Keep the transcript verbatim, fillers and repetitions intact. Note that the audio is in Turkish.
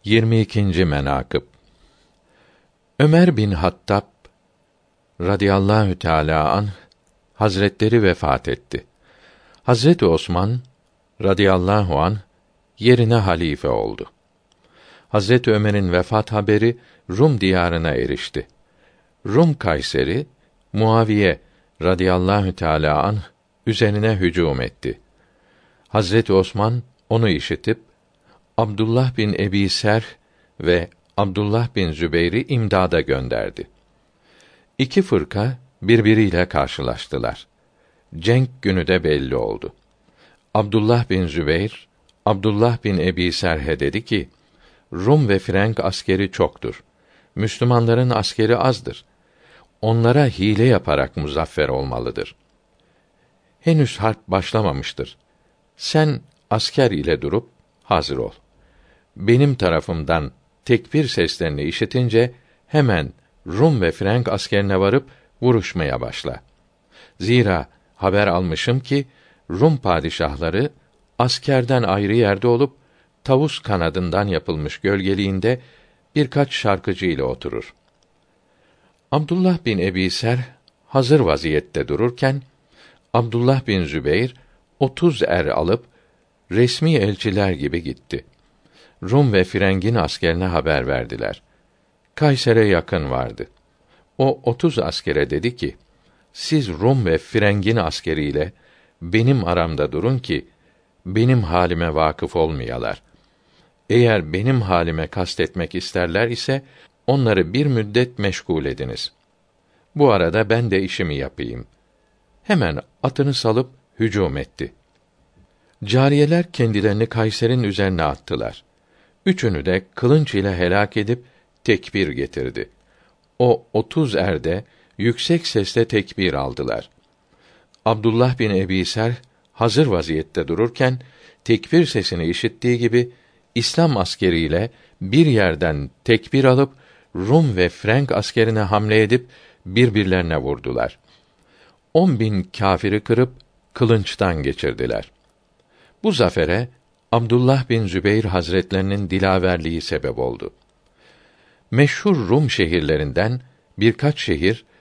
yirmi ikinci menakıb Ömer bin Hattab radıyallahu teâlâ anh Hazretleri vefat etti. Hazreti Osman radıyallahu anh yerine halife oldu. Hazreti Ömer'in vefat haberi Rum diyarına erişti. Rum kayseri Muaviye radıyallahu teâlâ anh üzerine hücum etti. Hazreti Osman onu işitip Abdullah bin Ebi Serh ve Abdullah bin Zübeyr'i imdada gönderdi. İki fırka birbiriyle karşılaştılar. Cenk günü de belli oldu. Abdullah bin Zübeyr, Abdullah bin Ebi Serh'e dedi ki, Rum ve Frenk askeri çoktur. Müslümanların askeri azdır. Onlara hile yaparak muzaffer olmalıdır. Henüz harp başlamamıştır. Sen asker ile durup hazır ol. Benim tarafımdan tekbir seslerini işitince hemen Rum ve Frenk askerine varıp vuruşmaya başla. Zira haber almışım ki Rum padişahları askerden ayrı yerde olup tavus kanadından yapılmış gölgeliğinde birkaç şarkıcı ile oturur. Abdullah bin Ebi Serh hazır vaziyette dururken Abdullah bin Zübeyr otuz er alıp resmi elçiler gibi gitti. Rum ve Frenk'in askerine haber verdiler. Kayser'e yakın vardı. O otuz askere dedi ki, siz Rum ve Frenk'in askeriyle benim aramda durun ki benim halime vakıf olmayalar. Eğer benim halime kastetmek isterler ise onları bir müddet meşgul ediniz. Bu arada ben de işimi yapayım. Hemen atını salıp hücum etti. Cariyeler kendilerini Kayser'in üzerine attılar. Üçünü de kılınç ile helak edip tekbir getirdi. O otuz erde yüksek sesle tekbir aldılar. Abdullah bin Ebi Serh hazır vaziyette dururken tekbir sesini işittiği gibi İslam askeriyle bir yerden tekbir alıp Rum ve Frenk askerine hamle edip birbirlerine vurdular. On bin kâfiri kırıp kılınçtan geçirdiler. Bu zafere Abdullah bin Zübeyr Hazretlerinin dilaverliği sebep oldu. Meşhur Rum şehirlerinden birkaç şehir